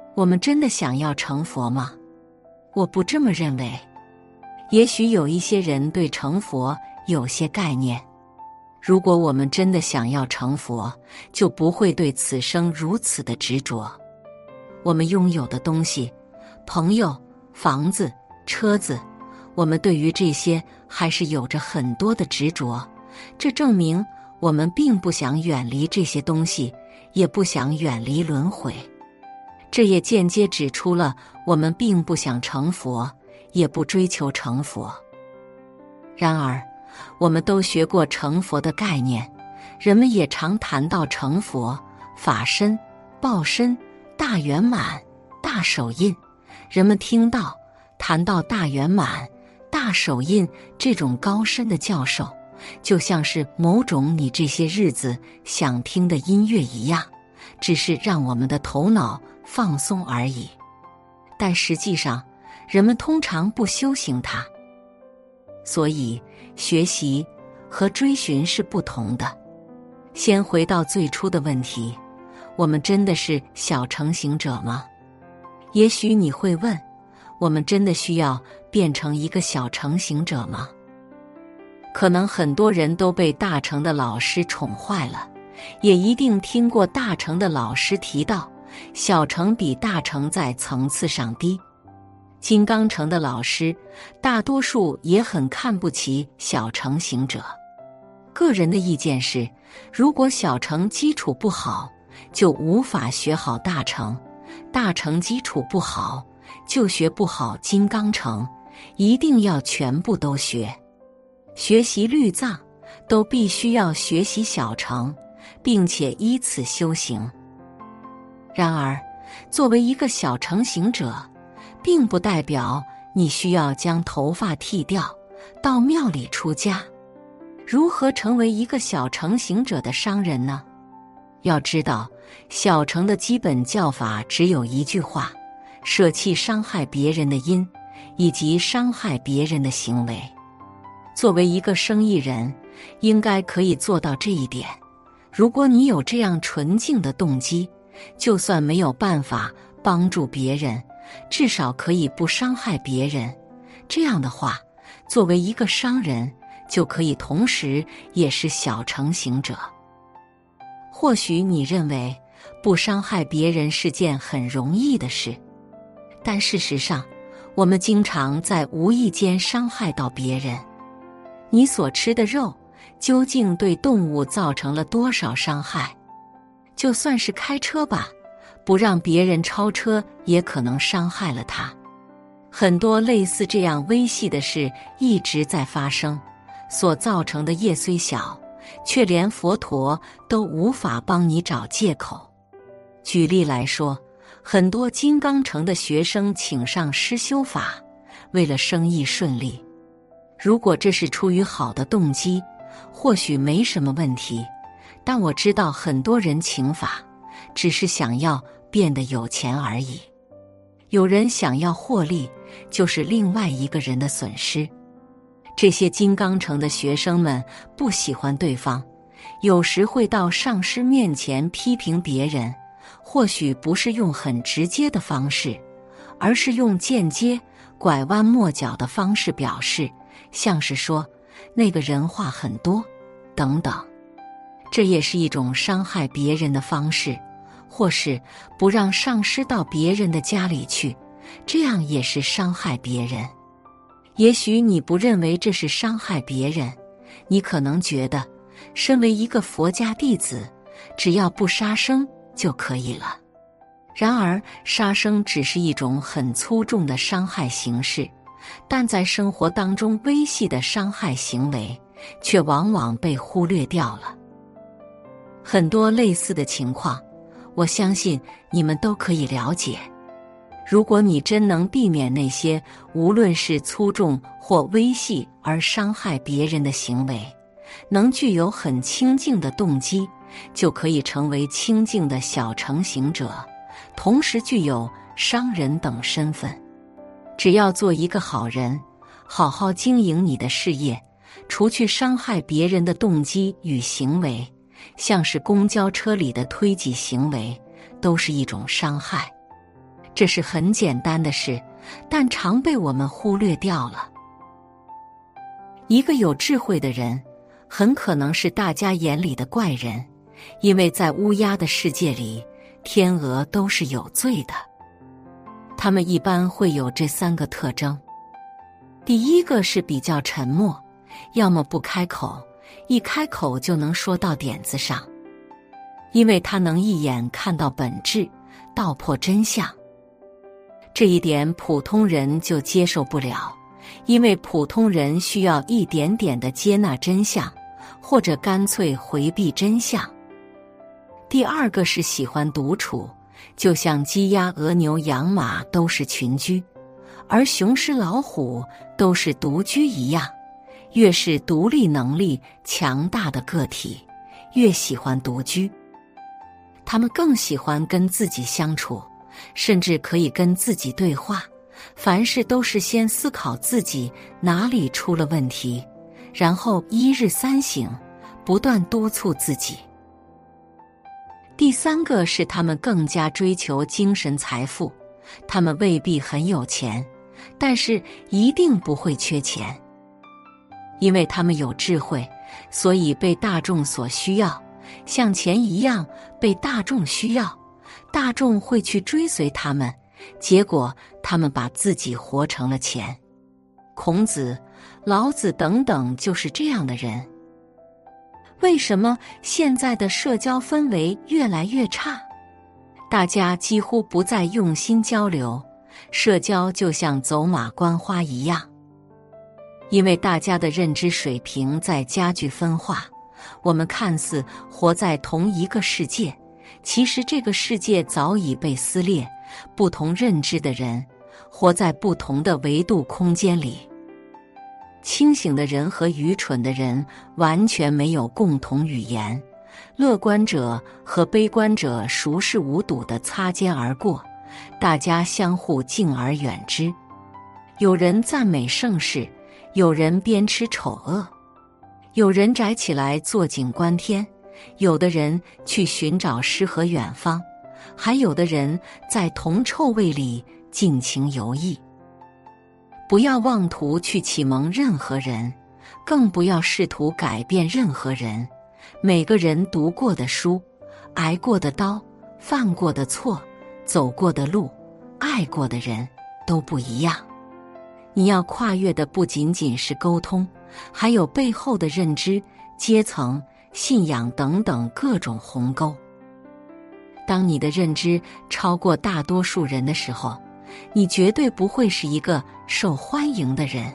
我们真的想要成佛吗？我不这么认为。也许有一些人对成佛有些概念。如果我们真的想要成佛，就不会对此生如此的执着。我们拥有的东西，朋友、房子、车子，我们对于这些还是有着很多的执着。这证明我们并不想远离这些东西，也不想远离轮回。这也间接指出了我们并不想成佛，也不追求成佛。然而，我们都学过成佛的概念，人们也常谈到成佛、法身、报身、大圆满、大手印。人们谈到大圆满、大手印这种高深的教授，就像是某种你这些日子想听的音乐一样，只是让我们的头脑放松而已。但实际上，人们通常不修行它。所以，学习和追寻是不同的。先回到最初的问题，我们真的是小成行者吗？也许你会问，我们真的需要变成一个小成行者吗？可能很多人都被大成的老师宠坏了，也一定听过大成的老师提到，小成比大成在层次上低。金刚乘的老师大多数也很看不起小成行者。个人的意见是，如果小成基础不好，就无法学好大成；大成基础不好，就学不好金刚乘。一定要全部都学。学习律藏，都必须要学习小成，并且依此修行。然而，作为一个小成行者，并不代表你需要将头发剃掉，到庙里出家。如何成为一个小成行者的商人呢？要知道，小成的基本教法只有一句话：舍弃伤害别人的因，以及伤害别人的行为。作为一个生意人，应该可以做到这一点。如果你有这样纯净的动机，就算没有办法帮助别人，至少可以不伤害别人。这样的话，作为一个商人，就可以同时也是小成行者。或许你认为不伤害别人是件很容易的事，但事实上，我们经常在无意间伤害到别人。你所吃的肉，究竟对动物造成了多少伤害？就算是开车吧，不让别人超车，也可能伤害了他。很多类似这样微细的事一直在发生，所造成的业虽小，却连佛陀都无法帮你找借口。举例来说，很多金刚乘的学生请上师修法，为了生意顺利。如果这是出于好的动机，或许没什么问题。但我知道很多人请法，只是想要变得有钱而已。有人想要获利，就是另外一个人的损失。这些金刚乘的学生们不喜欢对方，有时会到上师面前批评别人，或许不是用很直接的方式，而是用间接、拐弯抹角的方式表示，像是说那个人话很多等等。这也是一种伤害别人的方式，或是不让上师到别人的家里去，这样也是伤害别人。也许你不认为这是伤害别人，你可能觉得身为一个佛家弟子，只要不杀生就可以了。然而，杀生只是一种很粗重的伤害形式，但在生活当中微细的伤害行为，却往往被忽略掉了。很多类似的情况，我相信你们都可以了解。如果你真能避免那些无论是粗重或微细而伤害别人的行为，能具有很清净的动机，就可以成为清净的小成行者，同时具有商人等身份。只要做一个好人，好好经营你的事业，除去伤害别人的动机与行为，像是公交车里的推挤行为，都是一种伤害。 这是很简单的事，但常被我们忽略掉了。一个有智慧的人，很可能是大家眼里的怪人，因为在乌鸦的世界里，天鹅都是有罪的。他们一般会有这3个特征。第一个是比较沉默，要么不开口，一开口就能说到点子上，因为他能一眼看到本质，道破真相。这一点普通人就接受不了，因为普通人需要一点点的接纳真相，或者干脆回避真相。第二个是喜欢独处，就像鸡鸭鹅牛羊马都是群居，而雄狮老虎都是独居一样。越是独立能力强大的个体，越喜欢独居。他们更喜欢跟自己相处，甚至可以跟自己对话，凡事都是先思考自己哪里出了问题，然后1日3省，不断督促自己。第3个是他们更加追求精神财富，他们未必很有钱，但是一定不会缺钱。因为他们有智慧，所以被大众所需要，像钱一样被大众需要，大众会去追随他们，结果他们把自己活成了钱。孔子、老子等等就是这样的人。为什么现在的社交氛围越来越差？大家几乎不再用心交流，社交就像走马观花一样。因为大家的认知水平在加剧分化，我们看似活在同一个世界，其实这个世界早已被撕裂，不同认知的人活在不同的维度空间里。清醒的人和愚蠢的人完全没有共同语言，乐观者和悲观者熟视无睹地擦肩而过，大家相互敬而远之。有人赞美盛世，有人鞭笞丑恶，有人宅起来坐井观天，有的人去寻找诗和远方，还有的人在铜臭味里尽情游弋。不要妄图去启蒙任何人，更不要试图改变任何人。每个人读过的书、挨过的刀、犯过的错、走过的路、爱过的人都不一样。你要跨越的不仅仅是沟通，还有背后的认知、阶层、信仰等等各种鸿沟。当你的认知超过大多数人的时候，你绝对不会是一个受欢迎的人。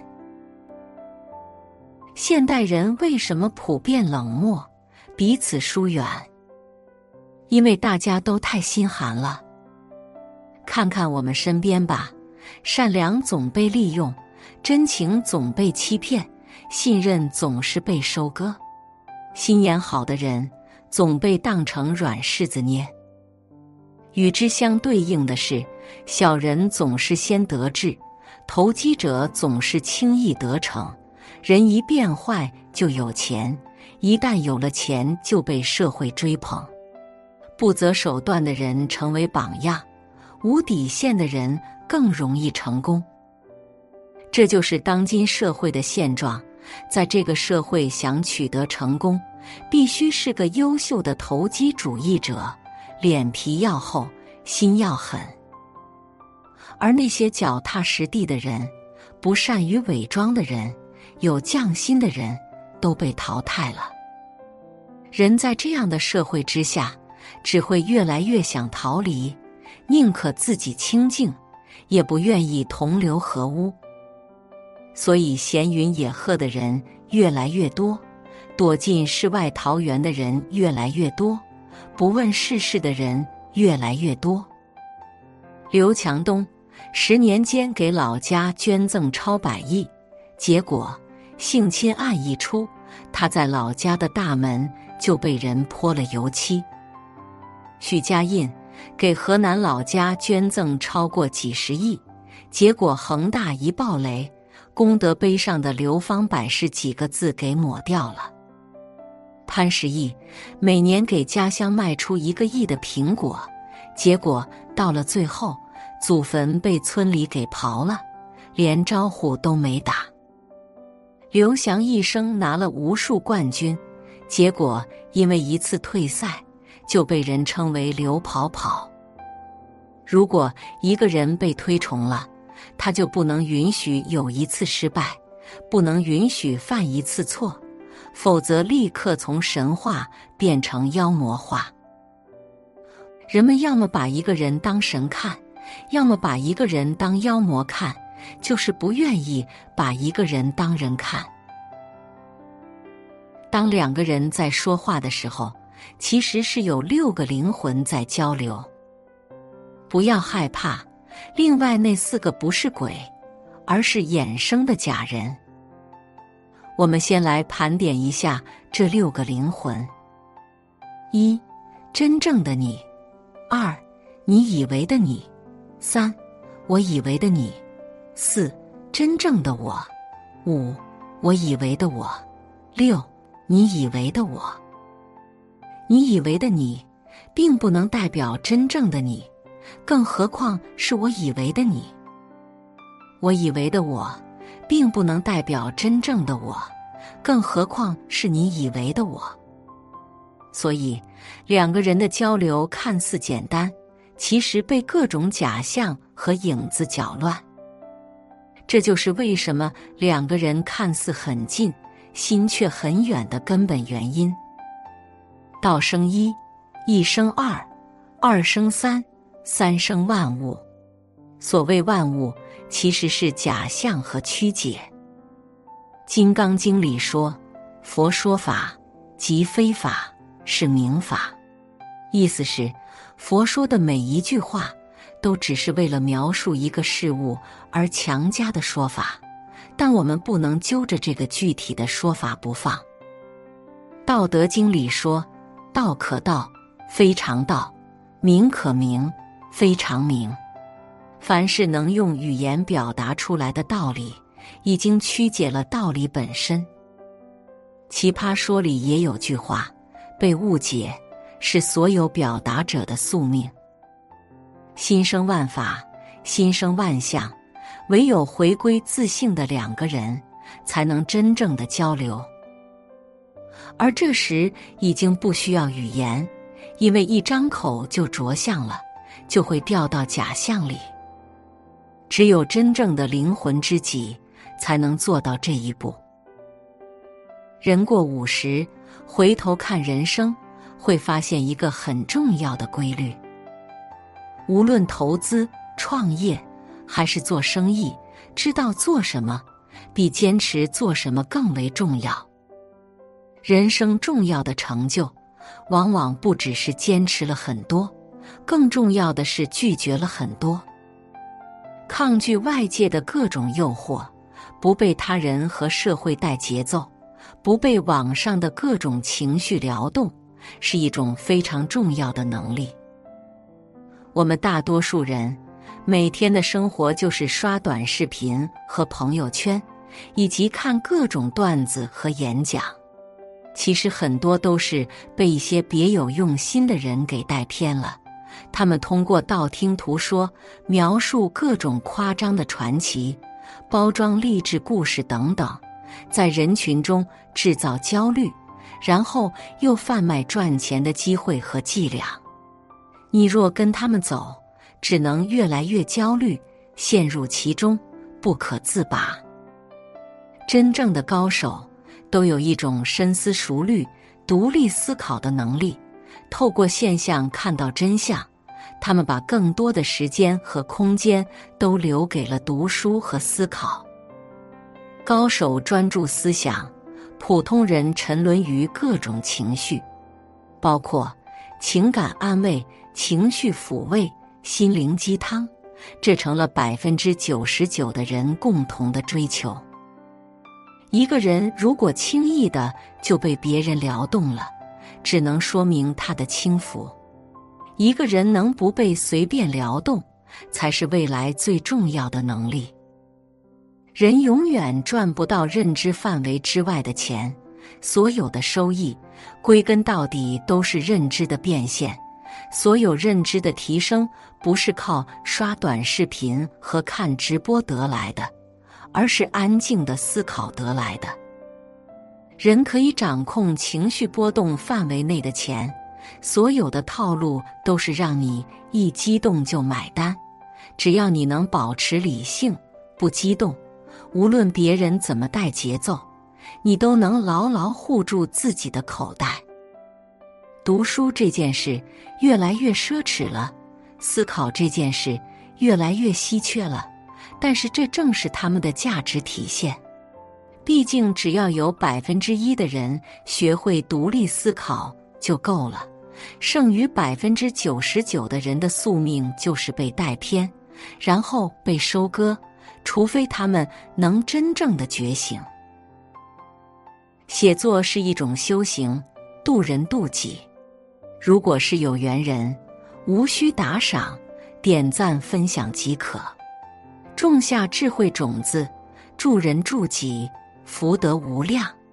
现代人为什么普遍冷漠，彼此疏远？因为大家都太心寒了。看看我们身边吧，善良总被利用，真情总被欺骗，信任总是被收割，心眼好的人总被当成软柿子捏。与之相对应的是，小人总是先得志，投机者总是轻易得逞。人一变坏就有钱，一旦有了钱就被社会追捧。不择手段的人成为榜样，无底线的人更容易成功。这就是当今社会的现状。在这个社会想取得成功，必须是个优秀的投机主义者，脸皮要厚，心要狠。而那些脚踏实地的人，不善于伪装的人，有匠心的人，都被淘汰了。人在这样的社会之下，只会越来越想逃离，宁可自己清静，也不愿意同流合污。所以闲云野鹤的人越来越多，躲进世外桃源的人越来越多，不问世事的人越来越多。刘强东10年间给老家捐赠超100亿，结果性侵案一出，他在老家的大门就被人泼了油漆。许家印给河南老家捐赠超过几十亿，结果恒大一爆雷，功德碑上的流芳百世几个字给抹掉了。潘石屹每年给家乡卖出1个亿的苹果，结果到了最后， 祖坟被村里给刨了，连招呼都没打。刘翔一生拿了无数冠军，结果因为一次退赛，就被人称为刘跑跑。如果一个人被推崇了，他就不能允许有一次失败，不能允许犯一次错，否则立刻从神话变成妖魔化。人们要么把一个人当神看，要么把一个人当妖魔看，就是不愿意把一个人当人看。当两个人在说话的时候，其实是有6个灵魂在交流。不要害怕，另外那4个不是鬼，而是衍生的假人。我们先来盘点一下这6个灵魂。1. 真正的你。2. 你以为的你。3. 我以为的你。4. 真正的我。5. 我以为的我。6. 你以为的我。你以为的你，并不能代表真正的你，更何况是我以为的你。我以为的我，并不能代表真正的我，更何况是你以为的我。所以，两个人的交流看似简单，其实被各种假象和影子搅乱。这就是为什么两个人看似很近，心却很远的根本原因。道生一，一生二，二生三，三生万物。所谓万物，其实是假象和曲解。金刚经里说，佛说法，即非法，是名法。意思是，佛说的每一句话，都只是为了描述一个事物而强加的说法，但我们不能揪着这个具体的说法不放。道德经里说，道可道，非常道；名可名，非常名。凡是能用语言表达出来的道理，已经曲解了道理本身。奇葩说里也有句话，被误解是所有表达者的宿命。心生万法，心生万象，唯有回归自性的两个人，才能真正的交流。而这时已经不需要语言，因为一张口就着相了，就会掉到假象里。只有真正的灵魂知己，才能做到这一步。人过50，回头看人生，会发现一个很重要的规律。无论投资、创业，还是做生意，知道做什么，比坚持做什么更为重要。人生重要的成就，往往不只是坚持了很多，更重要的是拒绝了很多。抗拒外界的各种诱惑，不被他人和社会带节奏，不被网上的各种情绪撩动，是一种非常重要的能力。我们大多数人每天的生活就是刷短视频和朋友圈，以及看各种段子和演讲。其实很多都是被一些别有用心的人给带偏了，他们通过道听途说，描述各种夸张的传奇，包装励志故事等等，在人群中制造焦虑，然后又贩卖赚钱的机会和伎俩。你若跟他们走，只能越来越焦虑，陷入其中，不可自拔。真正的高手都有一种深思熟虑、独立思考的能力，透过现象看到真相。他们把更多的时间和空间都留给了读书和思考。高手专注思想，普通人沉沦于各种情绪，包括情感安慰、情绪抚慰、心灵鸡汤，这成了99%的人共同的追求。一个人如果轻易的就被别人撩动了，只能说明他的轻浮。一个人能不被随便撩动，才是未来最重要的能力。人永远赚不到认知范围之外的钱，所有的收益归根到底都是认知的变现。所有认知的提升， 不是靠刷短视频和看直播得来的，而是安静的思考得来的。人可以掌控情绪波动范围内的钱，所有的套路都是让你一激动就买单。只要你能保持理性，不激动，无论别人怎么带节奏，你都能牢牢护住自己的口袋。读书这件事越来越奢侈了，思考这件事越来越稀缺了，但是这正是他们的价值体现。毕竟只要有1%的人学会独立思考就够了，剩余99%的人的宿命就是被带偏，然后被收割，除非他们能真正的觉醒。写作是一种修行，渡人渡己。如果是有缘人，无需打赏，点赞分享即可。种下智慧种子，助人助己，福德无量。